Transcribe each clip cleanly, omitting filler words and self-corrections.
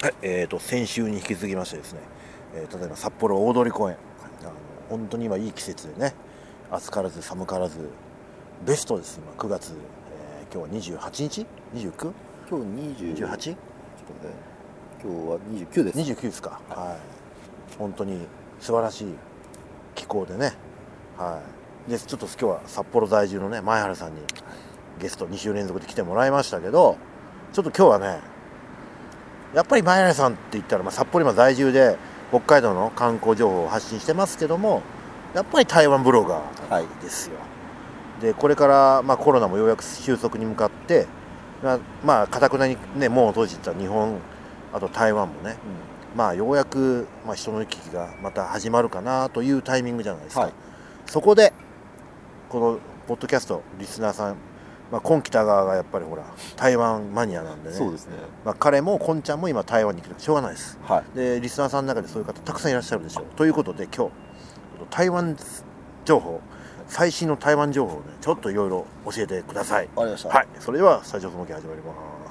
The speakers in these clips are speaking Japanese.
先週に引き続きましてですね、例えば札幌大通公園、本当に今いい季節でね、暑からず寒からずベストです。今9月、今日は28日 29？ 今日 28？ ちょっとね、今日は29です。 29ですか。はい、本当に素晴らしい気候でね、はい、でちょっと今日は札幌在住のね前原さんにゲスト2週連続で来てもらいましたけど、ちょっと今日はね、やっぱり前原さんって言ったら、札幌今在住で北海道の観光情報を発信してますけども、やっぱり台湾ブロガーですよ。でこれから、コロナもようやく収束に向かって、かたくなにね門を閉じてた日本、あと台湾もね、ようやく、人の行き来がまた始まるかなというタイミングじゃないですか。そこでこのポッドキャストリスナーさん、今北川がやっぱりほら台湾マニアなんでね。 そうですね。 彼もこんちゃんも今台湾に来てしょうがないです。でリスナーさんの中でそういう方たくさんいらっしゃるでしょう。ということで今日台湾情報、最新の台湾情報をねちょっといろいろ教えてください。 わかりました。 はい、それではスタジオともき始まります。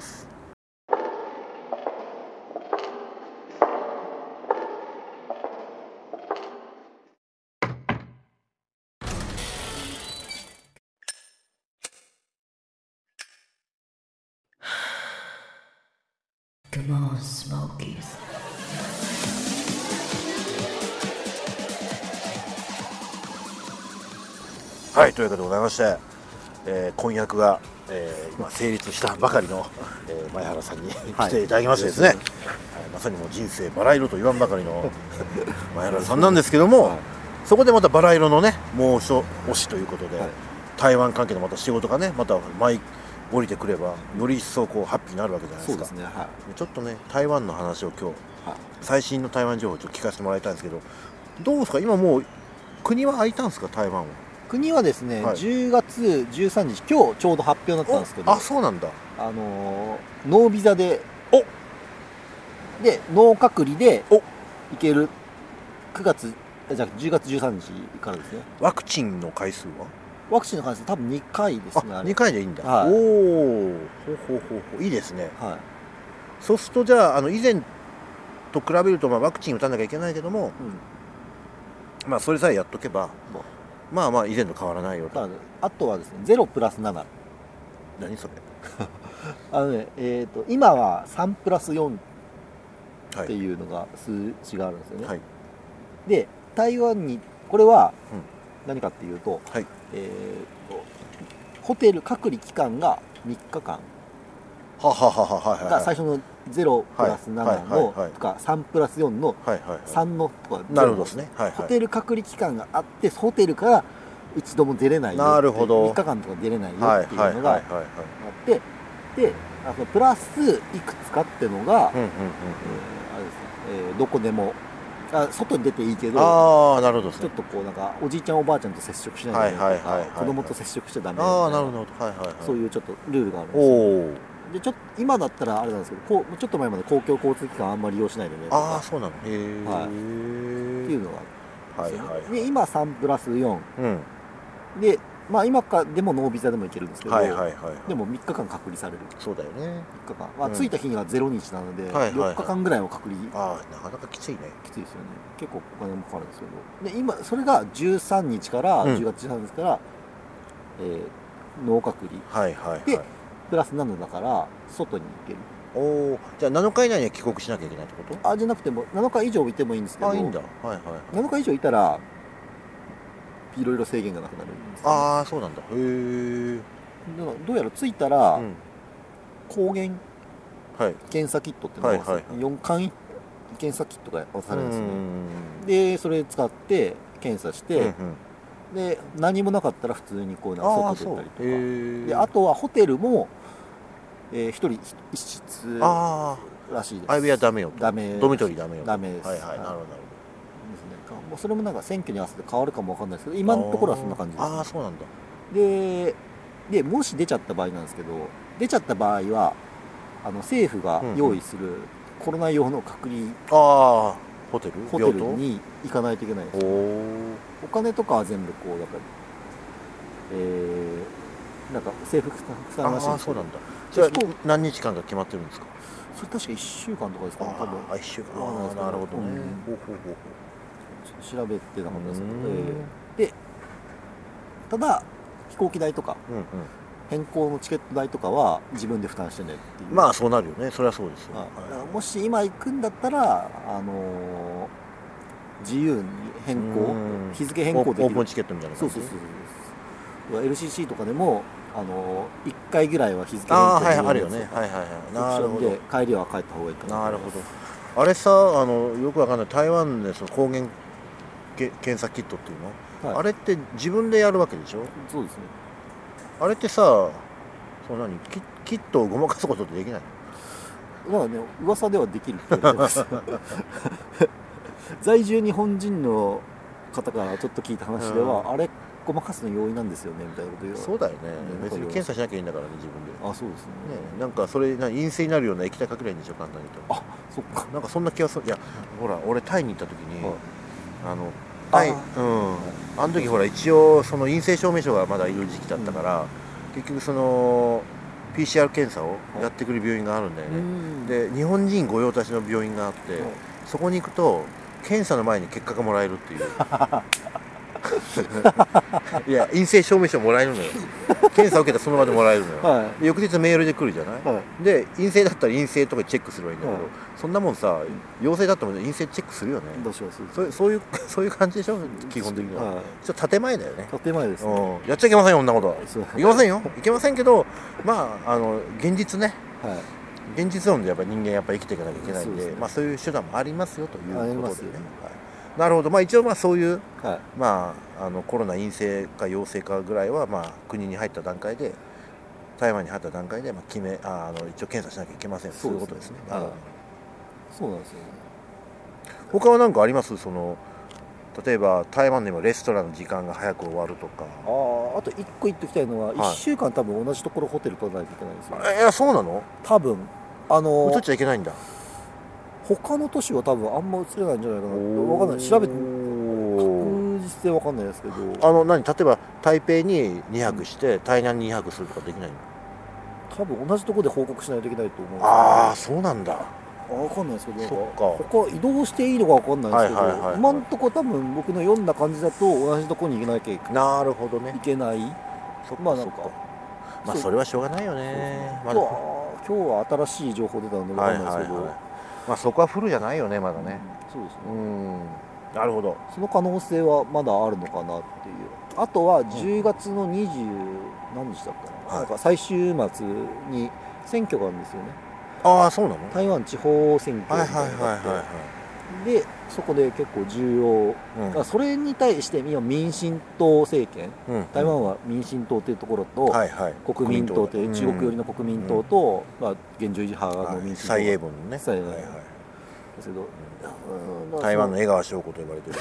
Come on, Smokies. はい、というわけでございまして、婚約が、今成立したばかりの、前原さんに来ていただきましてですね、まさにもう人生バラ色と言わんばかりの前原さんなんですけども、そこでまたバラ色のねもう一推しということで、台湾関係のまた仕事がねまた降りてくればより一層こうハッピーになるわけじゃないですか。 そうですね。 ちょっとね台湾の話を今日、最新の台湾情報をちょっと聞かせてもらいたいんですけど、どうですか今もう国は開いたんですか台湾は。 国はですね、10月13日今日ちょうど発表になったんですけど、 あ、そうなんだ。 ノービザででノー隔離で行ける10月13日からですね。 ワクチンの回数はワクチンの回数多分2回ですね。 2回でいいんだ。おお、いいですね。そうするとじゃあ以前と比べるとワクチン打たなきゃいけないけども、それさえやっとけば以前と変わらないよと。 あとはですね0+7。 何それ今は3+4っていうのが数値があるんですよね。で台湾にこれは何かっていうと、ホテル隔離期間が3日間が最初の0+7のとか3+4の3のとか、 なるほどですね。 ホテル隔離期間があって、ホテルから一度も出れないよ、3日間とか出れないよっていうのがあって、でプラスいくつかっていうのが、あれですね、どこでも外に出ていいけど、ちょっとこうなんかおじいちゃんおばあちゃんと接触しないでとか、子供と接触しちゃダメみたいな、そういうちょっとルールがあるんですよ。で今だったらあれなんですけど、ちょっと前まで公共交通機関あんまり利用しないでねとか、 そうなの。っていうのがあるんですよね。で今3+4、で今でもノービザでも行けるんですけど、でも3日間隔離される。 そうだよね。 3日間、着いた日には0日なので4日間ぐらいは隔離。 なかなかきついね。 きついですよね。結構お金もかかるんですけど、で今それが13日から10月13日から、ノー隔離でプラス7だから外に行ける。 じゃあ7日以内には帰国しなきゃいけないってこと？ じゃなくても7日以上いてもいいんですけど、 いいんだ。 7日以上いたらいろいろ制限がなくなるんですよね。 そうなんだ。へえ。 どうやら着いたら、抗原検査キットっていうのが4簡易検査キットが渡されるんですよね。でそれ使って検査して、で何もなかったら普通にこう外出たりとかで、あとはホテルも1人1室らしいです。 相部屋ダメよ。 ダメ。 ドミトリーダメよ。 ダメです。 なるほど。 もうそれもなんか選挙に合わせて変わるかもわかんないですけど、今のところはそんな感じです。 そうなんだ。 でもし出ちゃった場合なんですけど、出ちゃった場合は政府が用意するコロナ用の隔離ホテルに行かないといけないんですよ。お金とかは全部こうやっぱりなんか政府負担らしいんですけど。 そうなんだ。それは何日間か決まってるんですか？ それ確か1週間とかですかね、多分。 1週間、 わかんないですけどなるほどね、 うんほうほうほう調べてなかったですけど、 うんでただ飛行機代とかうんうん変更のチケット代とかは自分で負担してねっていう。 まあそうなるよね、それはそうですよ、 はいもし今行くんだったら、自由に変更、 うん日付変更できる。 オープンチケットみたいな感じ。 そうそうそう。LCC とかでも1回ぐらいは日付変更ああ、はい、 できあるよね、はいはいはい、なるほど、 で帰りは帰った方がいいかな。 なるほど。あれさ、よくわかんない、台湾でその抗原検査キットっていうの、 はいあれって自分でやるわけでしょ。 そうですね。 あれってさ、そう何キットをごまかすことってできないの？ だからね、噂ではできるって言われてます在住日本人の方からちょっと聞いた話では、あれごまかすの容易なんですよねみたいなこと言う。 そうだよね、 うん別に検査しなきゃいいんだからね、自分で。 あ、そうですね。 なんかそれ陰性になるような液体かけりゃいいんでしょ、簡単に言うと。 あ、そっか。 なんかそんな気がする。いや、ほら俺タイに行った時に、 はいタイ、 ああの時ほら一応その陰性証明書がまだいる時期だったから、結局その PCR 検査をやってくる病院があるんだよね、で日本人御用達の病院があって、そこに行くと検査の前に結果がもらえるっていういや陰性証明書もらえるのよ検査を受けたらその場でもらえるのよ、 はで翌日メールで来るじゃない、で陰性だったら陰性とかチェックすればいいんだけど、そんなもんさ陽性だったら陰性チェックするよね。 どうします。 そういう感じでしょ、基本的には、ちょっと建前だよね。 建前ですね。 やっちゃいけませんよ、こんなことそういけませんよ、いけませんけど、まあ現実ね、 はい現実論でやっぱり人間やっぱり生きていかなきゃいけないんで、 そうですねまあそういう手段もありますよというありことでね、 ますよねはいなるほど。まあ一応まあそういうはいまあコロナ陰性か陽性かぐらいはまあ国に入った段階で、台湾に入った段階でまあ一応検査しなきゃいけません。そういうことですね。 はいそうなんですよね。 他は何かあります？その例えば台湾でもレストランの時間が早く終わるとか。 あと1個言っておきたいのは、 はい 1週間多分同じところホテル取らないといけないんですよ。 いやそうなの？ 多分移っちゃいけないんだ。 他の都市は多分あんま移れないんじゃないかな。分かんない。調べて確実性分かんないですけど。 例えば台北に2泊して、台南に2泊するとかできないの？ 多分同じところで報告しないといけないと思うんですけど。 ああそうなんだ。 分かんないですけど、 そっか他移動していいのか分かんないですけど、 はいはいはいはい今んとこ多分僕の読んだ感じだと同じところに行かなきゃいなるほどね。 けない。 そっかまあなんかそっか。まあそれはしょうがないよね。まだ今日は新しい情報出たので分かんないですけど、 まあそこはフルじゃないよねまだね。 そうですね。 なるほど。 その可能性はまだあるのかなっていう。あとは10月の20何日だったかな、なんか最終末に選挙があるんですよね。 ああそうなの？ 台湾地方選挙みたいなのがあってでそこで結構重要、それに対して今民進党政権、台湾は民進党というところと、国民党という中国寄りの国民党と、現状維持派の民進党、 蔡英文のね、 ですけど、 台湾の江川翔子と呼ばれて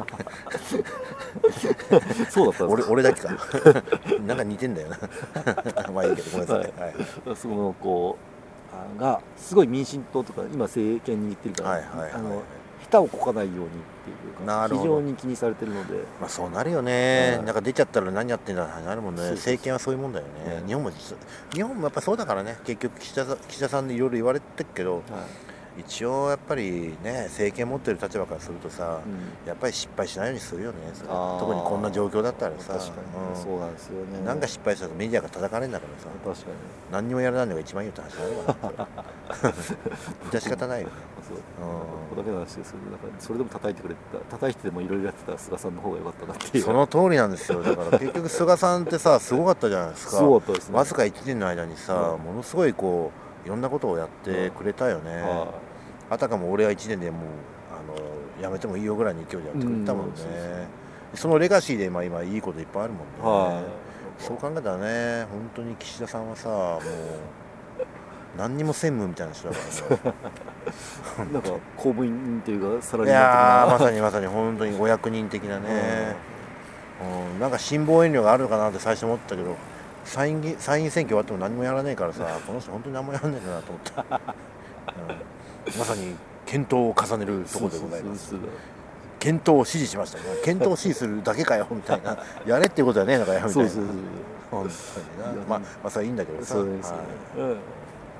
るそうだったんですか。 俺だけかなんか似てんだよなまあいいけどごめんなさい、 そのこうがすごい民進党とか今政権に言ってるから下をこかないようにっていうか非常に気にされてるので、 まあそうなるよね、なんか出ちゃったら何やってんだってなるもんね。政権はそういうもんだよね。日本もやっぱそうだからね。結局岸田さんでいろいろ言われてるけど、一応やっぱりね政権持ってる立場からするとさ、やっぱり失敗しないようにするよね。特にこんな状況だったらさ、 確かにそうなんですよね。 なんか失敗したらメディアが叩かれるんだからさ、 確かに何にもやらないのが一番いいよって話になるから致し方ないよね。 そうこれだけの話ですけど、それでも叩いててもいろいろやってた菅さんの方が良かったなっていう。 その通りなんですよ。だから結局菅さんってさすごかったじゃないですか。 すごかったですね。 わずか1年の間にさ、ものすごいこういろんなことをやってくれたよね。あたかも俺は1年でもうやめてもいいよぐらいの勢いでやってくれたもんね。そのレガシーで今いいこといっぱいあるもんね。そう考えたらね、本当に岸田さんはさもう何にも専務みたいな人だからねなんか公務員というかサラリいーマン的な、 やまさに本当にお役人的なね、なんか辛抱遠慮があるのかなって最初思ったけど、参院選挙終わっても何もやらねえからさこの人本当に何もやらねえんだなと思った、まさに検討を重ねるところでございます。検討を指示しましたね。検討を指示するだけかよみたいなやれっていうことはねえのかよみたいな。本当にな。まあそれはいいんだけどさ。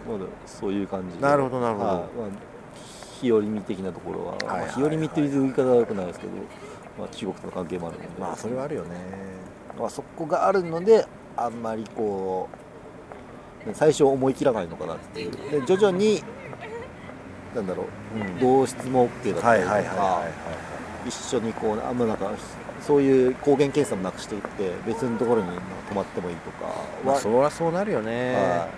まだそういう感じで。 なるほどなるほど、 まあ、日和見的なところは、 はいはいはい、 日和見っていう言い方は良くないですけど、まあ、中国との関係もあるので、 まあそれはあるよね。 まあ、そこがあるのであんまりこう最初思い切らないのかなっていうで徐々になんだろう、同室も OK だったりとか一緒にこうなんかそういう抗原検査もなくしていって別のところに泊まってもいいとかまあ、そりゃそうなるよね、 はい、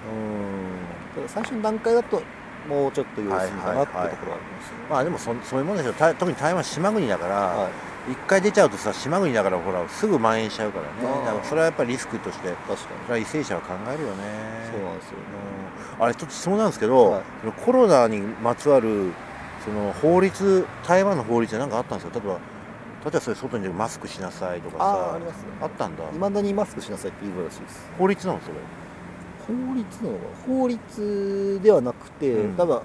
最初の段階だともうちょっと様子見かなっていうところはありますね、 まあでもそういうもんでしょ。特に台湾島国だから、はい、一回出ちゃうとさ島国だからほらすぐ蔓延しちゃうからね。だからそれはやっぱりリスクとして確かにそれは為政者は考えるよね。 そうなんですよね、 あれちょっと質問なんですけど、はい、コロナにまつわるその法律台湾の法律で何かあったんですよ。例えばそれ外に出るマスクしなさいとかさあります、ね、 あったんだ。 いまだにマスクしなさいって言うらしいです。 法律なのそれ。 法律なのか法律ではなくて、多分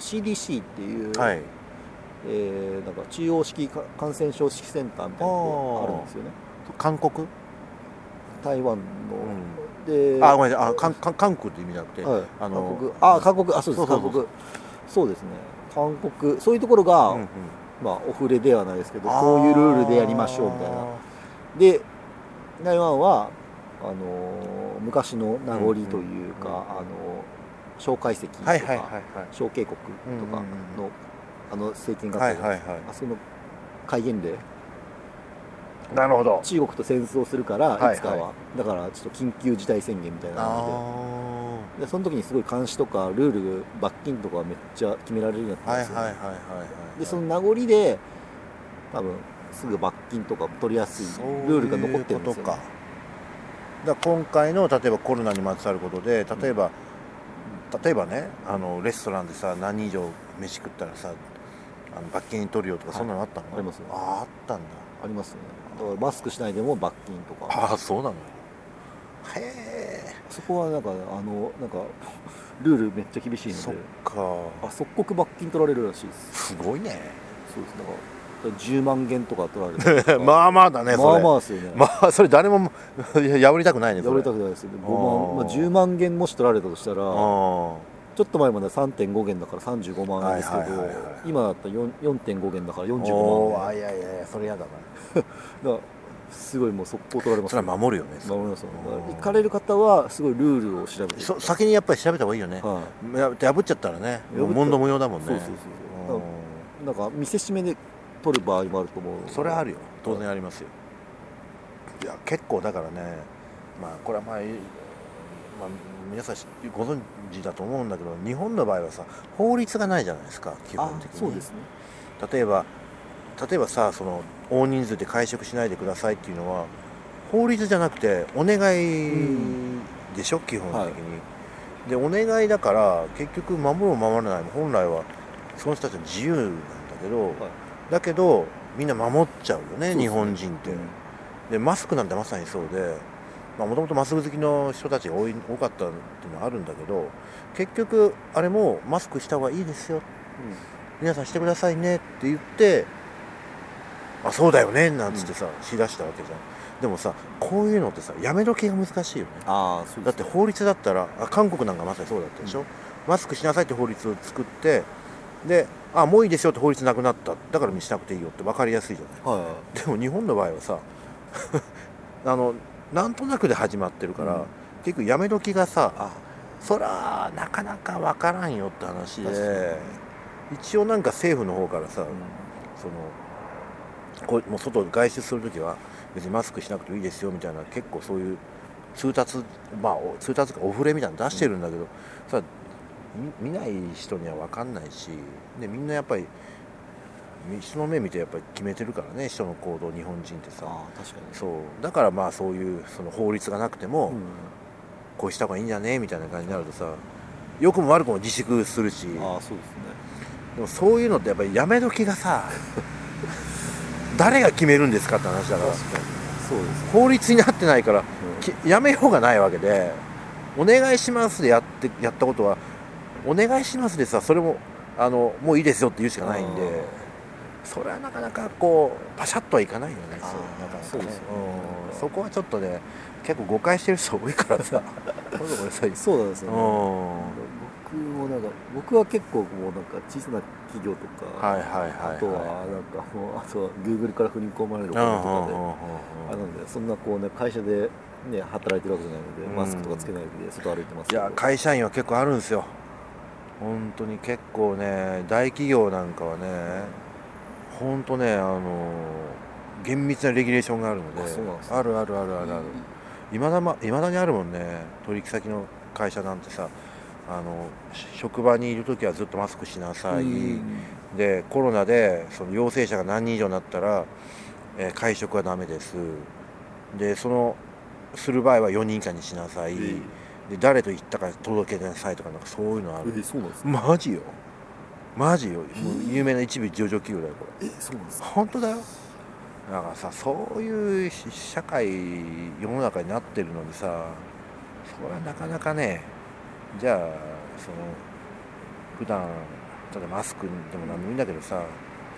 CDC っていう、はい、なんか中央式感染症指揮センターみたいなのがあるんですよね。 韓国台湾の、 でごめんなさい韓国って意味じゃなくて、はい、 韓国そうです韓国そうですね韓国そういうところが、まあお触れではないですけどこういうルールでやりましょうみたいなで台湾は昔の名残というか蒋介石とか蒋経国とかの政権があったあその戒厳令なるほど中国と戦争するからいつかはだからちょっと緊急事態宣言みたいなのでその時にすごい監視とかルール罰金とかめっちゃ決められるようになったんですよでその名残で多分すぐ罰金とか取りやすいルールが残ってるんですよね。 だ今回の例えばコロナにまつわることで例えばねレストランでさ何人以上飯食ったらさ罰金取るよとかそんなのあったの？ ありますね。 あったんだ。 ありますね。だからマスクしないでも罰金とか。 ああそうなの。へえ。 そこはなんかルールめっちゃ厳しいので。 そっか。 即刻罰金取られるらしいです。 すごいね。 そうです。だから10万元とか取られるまあまあだね。 まあまあですよね。 まあそれ誰も破りたくないね。 破りたくないですよね。10万元もし取られたとしたら。ちょっと前まで 3.5 元だから35万円ですけど、今だったら 4.5 元だから45万円。 いやそれやだな。 だからすごいもう速攻取られます。 それは守るよね。 守りますよ。行かれる方はすごいルールを調べて先にやっぱり調べた方がいいよね。破っちゃったらね問答無用だもんね。 そうなんか見せしめで取る場合もあると思う。 それはあるよ。当然ありますよ。いや結構だからねまあこれは皆さんご存知だと思うんだけど日本の場合はさ法律がないじゃないですか基本的に。 そうですね。 例えばさその大人数で会食しないでくださいっていうのは法律じゃなくてお願いでしょ、基本的に、はい、でお願いだから結局守る守らないも本来はその人たちの自由なんだけど、はい、だけどみんな守っちゃうよね日本人って、でマスクなんてまさにそうでもともとマスク好きの人たちが多かったっていうのはあるんだけど結局あれもマスクした方がいいですよ、皆さんしてくださいねって言ってそうだよねなんつってさ、しだしたわけじゃん。でもさこういうのってさやめ時が難しいよね。 そうですね。 だって法律だったら韓国なんかまさにそうだったでしょ、マスクしなさいって法律を作ってでもういいですよって法律なくなっただから見しなくていいよって分かりやすいじゃない、でも日本の場合はさなんとなくで始まってるから、結局やめ時がさそらなかなか分からんよって話で一応なんか政府の方からさ、もう外外出するときは別にマスクしなくていいですよみたいな結構そういう通達かお触れみたいなの出してるんだけど、それは見ない人には分かんないしでみんなやっぱり人の目見てやっぱり決めてるからね人の行動日本人ってさ。 確かにそうだからそういうその法律がなくても、こうした方がいいんじゃねみたいな感じになるとさ良くも悪くも自粛するし。 そうですね。 でもそういうのってやっぱりやめ時がさ誰が決めるんですかって話だから。 確かにそうです、ね、 法律になってないから、やめようがないわけでお願いしますでやったことはお願いしますでさそれももういいですよって言うしかないんでそれはなかなかこうパシャッとはいかないよね。そうですよね。そこはちょっとね結構誤解してる人多いからさそうなんですよね。僕なんか僕は結構もうなんか小さな企業とか、 はいはいはいはい、 あとはなんかもうあとは Google から振り込まれるお金とかで、なのでそんなこうね会社でね働いてるわけじゃないので、マスクとかつけないで外歩いてますけど。 いや会社員は結構あるんですよ本当に。結構ね大企業なんかはね本当ね厳密なレギュレーションがあるので、あるあるあるあるある、いまだにあるもんね。取引先の会社なんてさ、職場にいるときはずっとマスクしなさい、でコロナでその陽性者が何人以上になったら、会食はダメです。でそのする場合は4人以下にしなさい、で誰と行ったか届けなさいとか、なんかそういうのある。 そうなんですか。 マジよマジよ。もう有名な一部上場企業だよこれ。 そうなんですか。 本当だよ。だからさ、そういう社会世の中になってるのにさ、それはなかなかね、じゃあその普段ただマスクでも何でもいいんだけどさ、な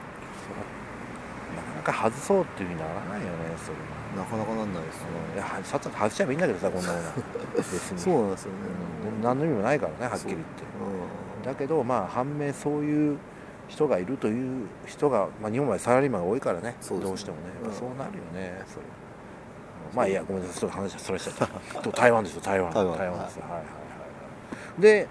かなか外そうっていうふうにならないよね。それなかなかなんないですね。 いや外しちゃえばいいんだけどさ、こんなもの別にそうなんですよね、 何の意味もないからね、はっきり言って。だけどまあ反面そういう人がいるという人が、日本はサラリーマンが多いからね、どうしてもね、そうなるよね。それまあいいや、ごめんなさい、ちょっと話はそれしちゃった台湾ですよ、台湾ですよ。はいはいはい。で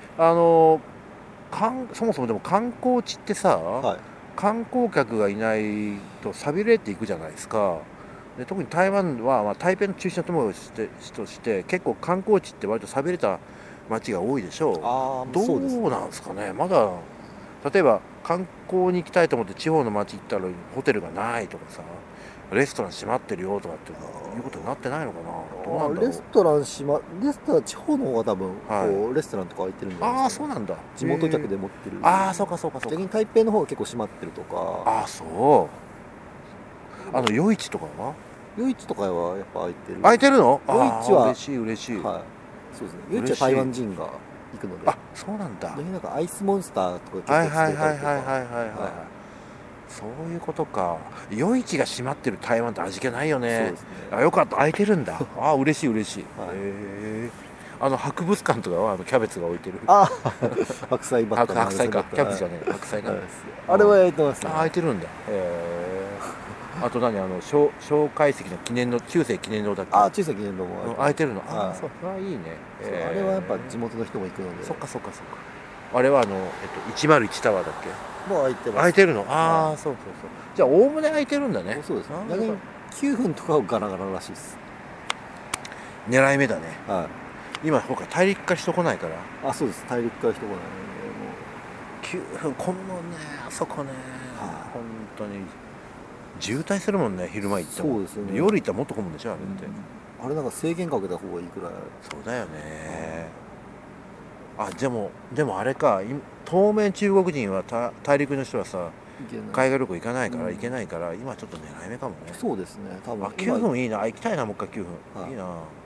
そもそもでも観光地ってさ、観光客がいないと寂れていくじゃないですか。で特に台湾は、台北の中心の友として結構観光地って割と寂れた街が多いでしょう。どうなんですかね。まだ例えば観光に行きたいと思って地方の街行ったらホテルがないとかさ、レストラン閉まってるよとかっていうことになってないのかな。どうなんだろう。 レストラン地方の方が多分、こうレストランとか開いてるんじゃないですか、 そうなんだ。 地元客で持ってる。 そうか。 逆に台北の方が結構閉まってるとか。 そう。夜市とかは夜市とかはやっぱ開いてるの。 夜市は嬉しい。 そうですね。夜市は台湾人が行くので。 そうなんだ。 なんかアイスモンスターとか結構つけたりとか。 そういうことか。夜市が閉まってる台湾って味気ないよね。 そうですね。 よかった、開いてるんだ。嬉しい。博物館とかはキャベツが置いてる。 白菜バッタ白菜か、キャベツじゃねえ、白菜か。 あれは焼いてますね。 開いてるんだ。あと蒋介石の記念の中世記念堂だっけ。 中世記念堂も開いてるの。それはいいね。 あれはやっぱ地元の人も行くので。 そっか。あれは101タワーだっけ。 もう開いてます。 開いてるの。そう。じゃあおおむね開いてるんだね。 そうです。逆に9分とかはガラガラらしいです。 狙い目だね。今ほか大陸から人来ないから。 そうです。大陸から人来ない。 9分こんのね、あそこね、本当に渋滞するもんね、昼間行っても。そうですよね。夜行ったらもっと混むんでしょ、あれって。 あれなんか制限かけた方がいいくらい。 そうだよね。でもあれか、当面中国人は大陸の人はさ、海外旅行行けないから、今ちょっと狙い目かもね。 そうですね、多分。 9分いいな、行きたいな、もう一回9分。いいな。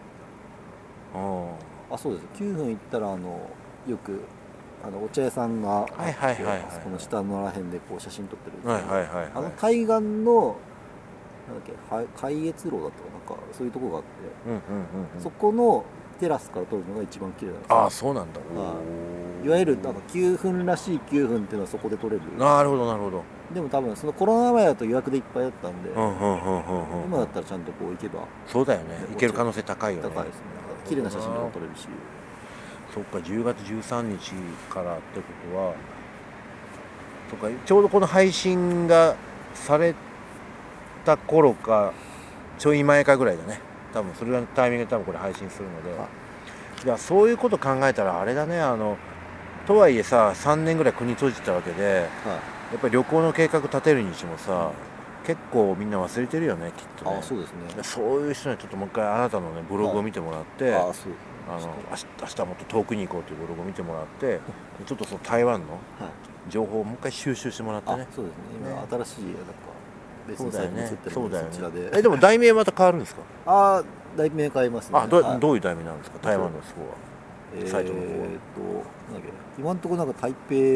そうです。9分行ったらよくお茶屋さんがこの下のらへんでこう写真撮ってるんですけど、海岸のなんだっけ、海越路だったかなんかそういうとこがあって、そこのテラスから撮るのが一番綺麗なんですよ。 そうなんだ。 いわゆるなんか9分らしい9分っていうのはそこで撮れる。 なるほど。 でも多分そのコロナ前だと予約でいっぱいだったんで、今だったらちゃんとこう行けば。 そうだよね。行ける可能性高いよね。 高いですね。綺麗な写真が撮れるし。 そっか、10月13日からってことは、そっか、ちょうどこの配信がされた頃かちょい前かぐらいだね。多分それのタイミングで多分これ配信するので、いやそういうこと考えたらあれだね。とはいえさ、3年ぐらい国閉じたわけで、やっぱり旅行の計画立てるにしてもさ、結構みんな忘れてるよね、きっとね。 そうですね。 そういう人にちょっともう一回あなたのねブログを見てもらって、明日もっと遠くに行こうというブログを見てもらってちょっとその台湾の情報をもう一回収集してもらってね。 そうですね。今新しいなんか別のサイトに映ってるので、そちらで。 でも題名また変わるんですか。 題名変えますね。 どういう題名なんですか、台湾の方は。サイトの方は今のところなんか台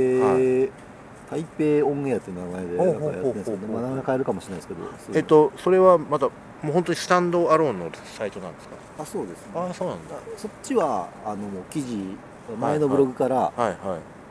北オンエアっていう名前でやってるんですけど、名前変えるかもしれないですけど、それはまたもう本当にスタンドアローンのサイトなんですか。 そうですね。 そうなんだ。 そっちはもう記事前のブログから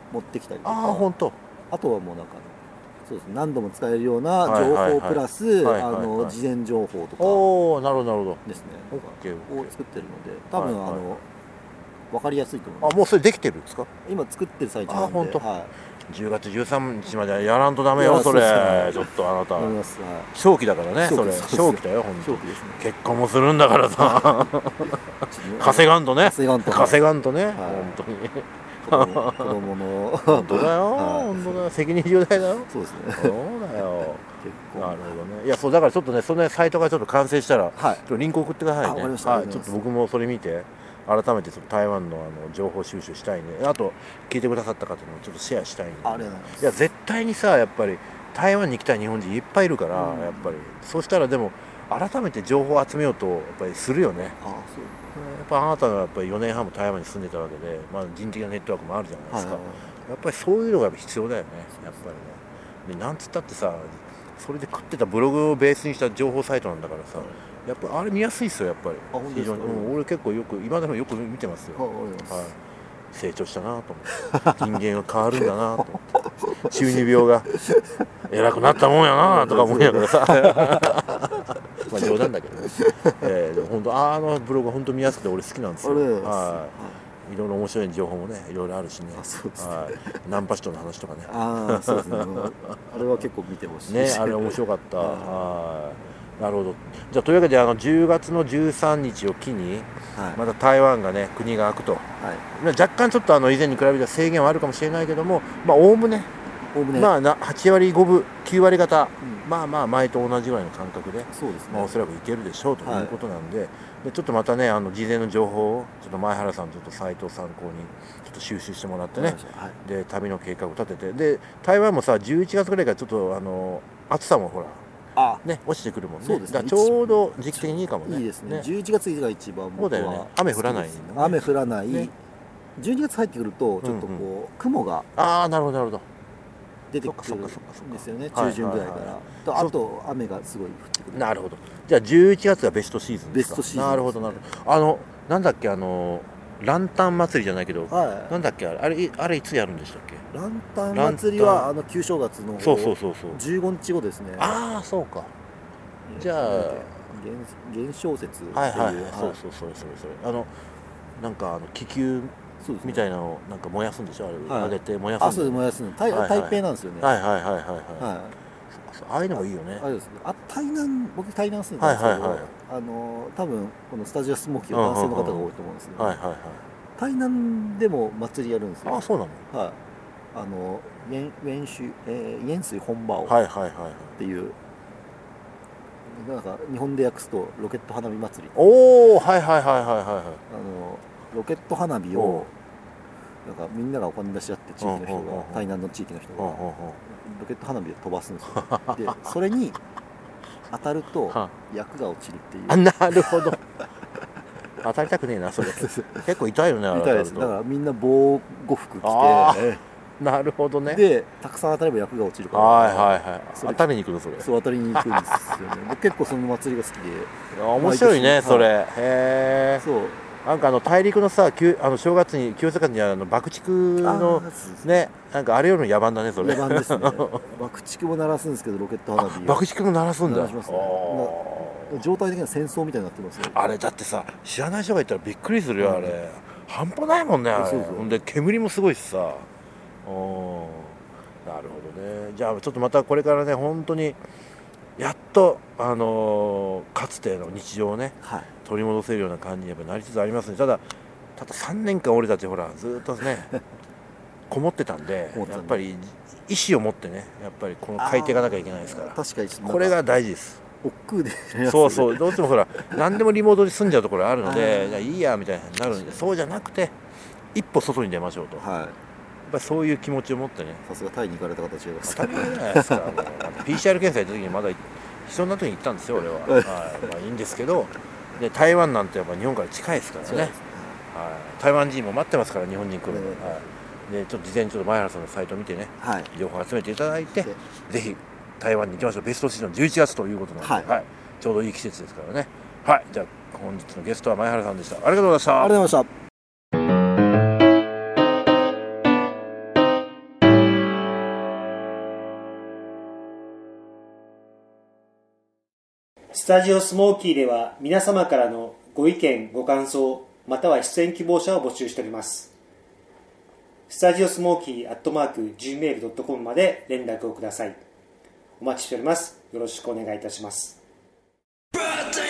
持ってきたりとか、 本当。 あとはもうなんかそうですね、何度も使えるような情報プラス事前情報とかなるほどなるほどですね、 を作ってるので多分分かりやすいと思います。 もうそれできてるんですか？ 今作ってる最中なんで。 本当。10月13日までやらんとダメよそれ。ちょっとあなた正気だからね、それ正気だよ本当。結婚もするんだからさ稼がんとね、稼がんとね、本当に子供の本当だよ、本当だよ、責任重大だよ。 そうですね。 そうだよ。なるほどね。いや、そうだからちょっとね、そのサイトがちょっと完成したらリンク送ってくださいね。はい、ちょっと僕もそれ見て改めて台湾の情報収集したいね。あと聞いてくださった方にもちょっとシェアしたいんで。 ありがとうございます。 いや絶対にさ、やっぱり台湾に行きたい日本人いっぱいいるから、やっぱりそうしたらでも改めて情報を集めようとやっぱりするよね。やっぱあなたがやっぱり4年半も台湾に住んでたわけで、人的なネットワークもあるじゃないですか。やっぱりそういうのが必要だよね。やっぱりね。でなんつったってさ、それで食ってたブログをベースにした情報サイトなんだからさ。やっぱあれ見やすいっすよ、やっぱり。非常に、俺結構今でもよく見てますよ。成長したなと思って、人間は変わるんだなと思って、中二病が偉くなったもんやなとか思いながらさ冗談だけどね、でも本当ブログは本当見やすくて俺好きなんですよ。いろいろ面白い情報もね、いろいろあるしね。ナンパ師との話とかね。 そうですね。あれは結構見てほしいね。あれ面白かった。なるほど。じゃあというわけで10月の13日を機にまた台湾がね国が開くと、若干ちょっと以前に比べて制限はあるかもしれないけども、おおむね8割5分9割方、前と同じぐらいの感覚でおそらくいけるでしょうということなんで、ちょっとまたね事前の情報をちょっと前原さんとサイトを参考にちょっと収集してもらってね、で旅の計画を立てて、で台湾もさ11月ぐらいからちょっと暑さもほらね、落ちてくるもんね。そうですね。ちょうど時期的にいいかもね。 いいですね。11月が一番僕は。そうだよね。 雨降らない。 雨降らない。12月入ってくるとちょっとこう雲がなるほどなるほど出てくるんですよね。中旬ぐらいから。あと雨がすごい降ってくる。 なるほど。じゃあ11月がベストシーズン。 ベストシーズン。 なるほどなるほど。なんだっけランタン祭りじゃないけど、なんだっけあれいつやるんでしたっけ？ ランタン祭りは旧正月のそう 15日後ですね。 そうか。じゃあ元宵節っていう、 そうなんか気球みたいなのをなんか燃やすんでしょ、あげて燃やす。 そうです、燃やすの台北なんですよね。ああいうのもいいよね。 僕台南住んでるんですけど、多分このスタジオスモーキーは男性の方が多いと思うんですけど、台南でも祭りやるんですよ。 そうなの。 元水本場をっていう、なんか日本で訳すとロケット花火祭り。ロケット花火をなんかみんながお金出し合って地域の人が、台南の地域の人がロケット花火を飛ばすんですよ。でそれに当たると厄が落ちるっていう。 なるほど。当たりたくねえなそれ。結構痛いよね。 痛いです。だからみんな防護服着て。 なるほどね。 でたくさん当たれば厄が落ちるから。 当たりに行くのそれ。 そう当たりに行くんですよね。結構その祭りが好きで。 面白いねそれ。へえ。そう。なんか大陸のさ、正月に旧正月に爆竹のね、なんかあれよりも野蛮だねそれ。 野蛮ですね。爆竹も鳴らすんですけどロケット花火。 爆竹も鳴らすんだ。 鳴らしますね。状態的には戦争みたいになってますよ。 あれだってさ、知らない人がいたらびっくりするよあれ。半端ないもんねあれ。ほんで煙もすごいしさ。なるほどね。じゃあちょっとまたこれからね本当にやっとかつての日常をね、取り戻せるような感じにやっぱなりつつありますね。ただ3年間俺たちほらずっとねこもってたんで、やっぱり意思を持ってね、やっぱりこの変えていかなきゃいけないですから。 確かにこれが大事です。 億劫でそうどうしてもほら何でもリモートで済んじゃうところあるので、じゃあいいやみたいになるんで、そうじゃなくて一歩外に出ましょうと。やっぱりそういう気持ちを持ってね。 さすがタイに行かれた形です。 当たり前じゃないですか。PCR 検査やった時にまだ必要な時に行ったんですよ俺は。いいんですけど、で台湾なんてやっぱ日本から近いですからね。台湾人も待ってますから日本に来るの。でちょっと事前に前原さんのサイトを見てね、情報を集めていただいて、ぜひ台湾に行きましょう。ベストシーズン11月ということなので、ちょうどいい季節ですからね。じゃあ本日のゲストは前原さんでした。ありがとうございました。 ありがとうございました。 スタジオスモーキーでは皆様からのご意見ご感想または出演希望者を募集しております。スタジオスモーキー@gmail.com まで連絡をください。お待ちしております。よろしくお願いいたします。